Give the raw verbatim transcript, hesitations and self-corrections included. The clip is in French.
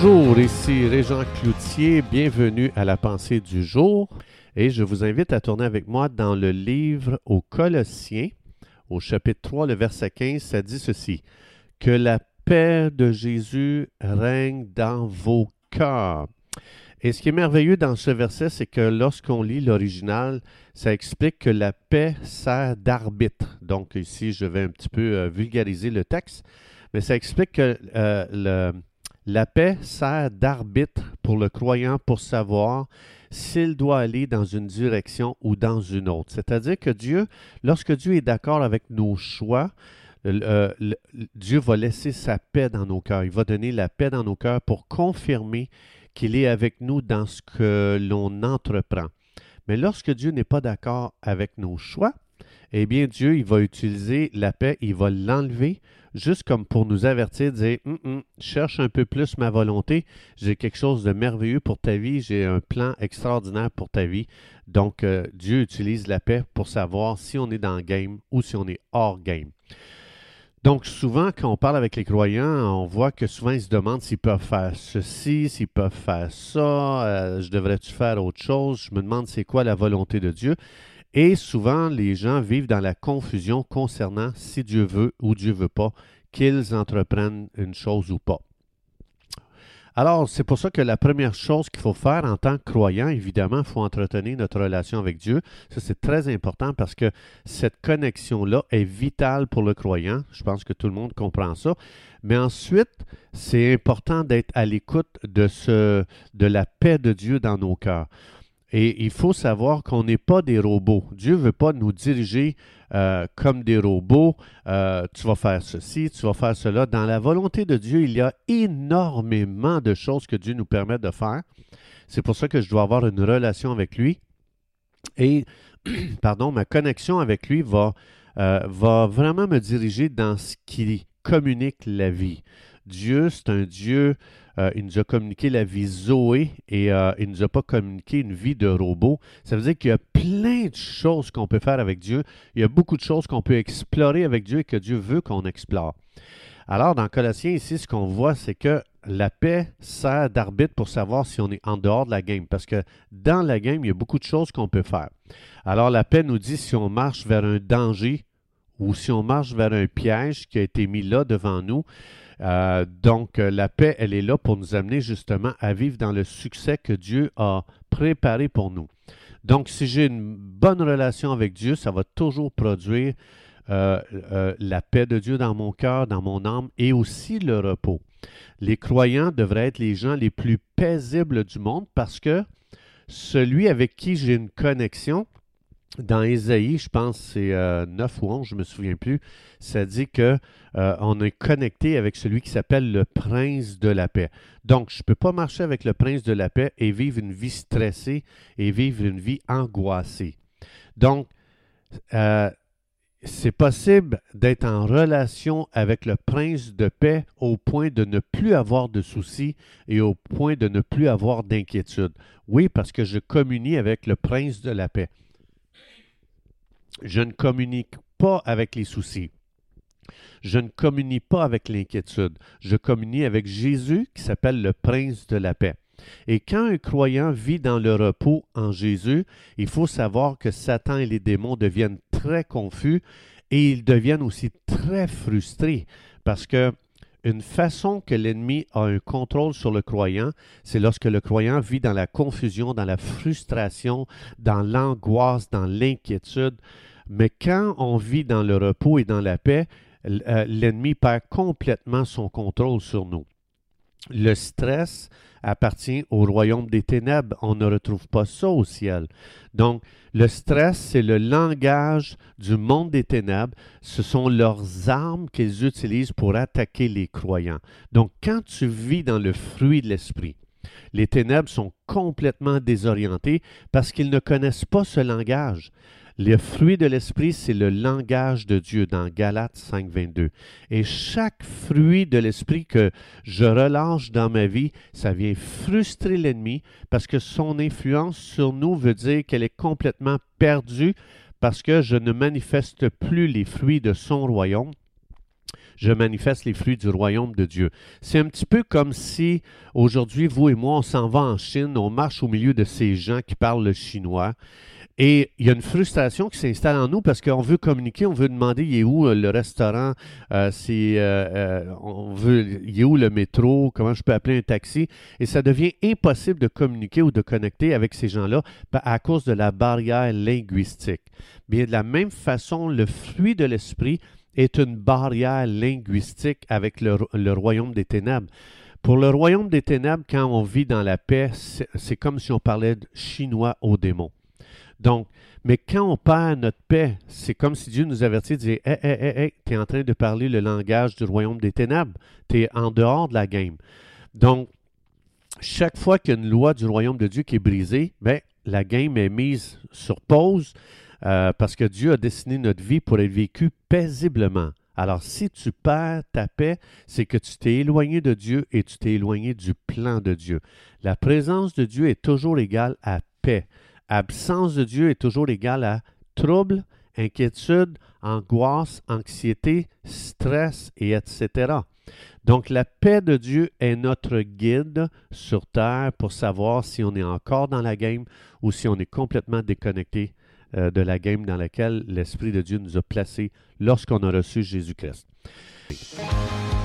Bonjour, ici Régent Cloutier, bienvenue à la pensée du jour et je vous invite à tourner avec moi dans le livre aux Colossiens, au chapitre trois, le verset quinze, ça dit ceci: « Que la paix de Jésus règne dans vos cœurs. » Et ce qui est merveilleux dans ce verset, c'est que lorsqu'on lit l'original, ça explique que la paix sert d'arbitre. Donc ici, je vais un petit peu euh, vulgariser le texte, mais ça explique que euh, le... La paix sert d'arbitre pour le croyant pour savoir s'il doit aller dans une direction ou dans une autre. C'est-à-dire que Dieu, lorsque Dieu est d'accord avec nos choix, euh, le, Dieu va laisser sa paix dans nos cœurs. Il va donner la paix dans nos cœurs pour confirmer qu'il est avec nous dans ce que l'on entreprend. Mais lorsque Dieu n'est pas d'accord avec nos choix, eh bien Dieu, il va utiliser la paix, il va l'enlever, juste comme pour nous avertir, dire hum, hum, « cherche un peu plus ma volonté, j'ai quelque chose de merveilleux pour ta vie, j'ai un plan extraordinaire pour ta vie. » Donc, euh, Dieu utilise la paix pour savoir si on est dans le game ou si on est hors game. Donc, souvent, quand on parle avec les croyants, on voit que souvent, ils se demandent s'ils peuvent faire ceci, s'ils peuvent faire ça, euh, je devrais-tu faire autre chose, je me demande c'est quoi la volonté de Dieu. Et souvent, les gens vivent dans la confusion concernant si Dieu veut ou Dieu ne veut pas qu'ils entreprennent une chose ou pas. Alors, c'est pour ça que la première chose qu'il faut faire en tant que croyant, évidemment, il faut entretenir notre relation avec Dieu. Ça, c'est très important parce que cette connexion-là est vitale pour le croyant. Je pense que tout le monde comprend ça. Mais ensuite, c'est important d'être à l'écoute de, ce, de la paix de Dieu dans nos cœurs. Et il faut savoir qu'on n'est pas des robots. Dieu ne veut pas nous diriger euh, comme des robots. Euh, tu vas faire ceci, tu vas faire cela. Dans la volonté de Dieu, il y a énormément de choses que Dieu nous permet de faire. C'est pour ça que je dois avoir une relation avec lui. Et, pardon, ma connexion avec lui va, euh, va vraiment me diriger dans ce qui communique la vie. Dieu, c'est un Dieu... Euh, il nous a communiqué la vie Zoé et euh, il ne nous a pas communiqué une vie de robot. Ça veut dire qu'il y a plein de choses qu'on peut faire avec Dieu. Il y a beaucoup de choses qu'on peut explorer avec Dieu et que Dieu veut qu'on explore. Alors, dans Colossiens, ici, ce qu'on voit, c'est que la paix sert d'arbitre pour savoir si on est en dehors de la game. Parce que dans la game, il y a beaucoup de choses qu'on peut faire. Alors, la paix nous dit si on marche vers un danger ou si on marche vers un piège qui a été mis là devant nous. Euh, donc, euh, la paix, elle est là pour nous amener justement à vivre dans le succès que Dieu a préparé pour nous. Donc, si j'ai une bonne relation avec Dieu, ça va toujours produire euh, euh, la paix de Dieu dans mon cœur, dans mon âme et aussi le repos. Les croyants devraient être les gens les plus paisibles du monde parce que celui avec qui j'ai une connexion, dans Ésaïe, je pense que c'est euh, neuf ou onze, je ne me souviens plus, ça dit qu'on euh, est connecté avec celui qui s'appelle le prince de la paix. Donc, je ne peux pas marcher avec le prince de la paix et vivre une vie stressée et vivre une vie angoissée. Donc, euh, c'est possible d'être en relation avec le prince de paix au point de ne plus avoir de soucis et au point de ne plus avoir d'inquiétude. Oui, parce que je communie avec le prince de la paix. Je ne communique pas avec les soucis. Je ne communique pas avec l'inquiétude. Je communie avec Jésus qui s'appelle le prince de la paix. Et quand un croyant vit dans le repos en Jésus, il faut savoir que Satan et les démons deviennent très confus et ils deviennent aussi très frustrés parce que une façon que l'ennemi a un contrôle sur le croyant, c'est lorsque le croyant vit dans la confusion, dans la frustration, dans l'angoisse, dans l'inquiétude. Mais quand on vit dans le repos et dans la paix, l'ennemi perd complètement son contrôle sur nous. Le stress appartient au royaume des ténèbres. On ne retrouve pas ça au ciel. Donc, le stress, c'est le langage du monde des ténèbres. Ce sont leurs armes qu'ils utilisent pour attaquer les croyants. Donc, quand tu vis dans le fruit de l'esprit, les ténèbres sont complètement désorientées parce qu'ils ne connaissent pas ce langage. Le fruit de l'esprit, c'est le langage de Dieu dans Galates cinq, vingt-deux. Et chaque fruit de l'esprit que je relâche dans ma vie, ça vient frustrer l'ennemi parce que son influence sur nous veut dire qu'elle est complètement perdue parce que je ne manifeste plus les fruits de son royaume. je manifeste les fruits du royaume de Dieu. C'est un petit peu comme si aujourd'hui, vous et moi, on s'en va en Chine, on marche au milieu de ces gens qui parlent le chinois. Et il y a une frustration qui s'installe en nous parce qu'on veut communiquer, on veut demander il est où euh, le restaurant, euh, c'est, euh, euh, on veut, il est où le métro, comment je peux appeler un taxi. Et ça devient impossible de communiquer ou de connecter avec ces gens-là à cause de la barrière linguistique. Bien, de la même façon, le fruit de l'esprit est une barrière linguistique avec le, le royaume des ténèbres. Pour le royaume des ténèbres, quand on vit dans la paix, c'est, c'est comme si on parlait chinois aux démons. Donc, mais quand on perd notre paix, c'est comme si Dieu nous avertit, disait, hé, hé, hé, hé, tu es en train de parler le langage du royaume des ténèbres. Tu es en dehors de la game. Donc, chaque fois qu'il y a une loi du royaume de Dieu qui est brisée, bien, la game est mise sur pause euh, parce que Dieu a dessiné notre vie pour être vécue paisiblement. Alors, si tu perds ta paix, c'est que tu t'es éloigné de Dieu et tu t'es éloigné du plan de Dieu. La présence de Dieu est toujours égale à paix. Absence de Dieu est toujours égale à trouble, inquiétude, angoisse, anxiété, stress, et et cetera. Donc, la paix de Dieu est notre guide sur terre pour savoir si on est encore dans la game ou si on est complètement déconnecté euh, de la game dans laquelle l'Esprit de Dieu nous a placés lorsqu'on a reçu Jésus-Christ.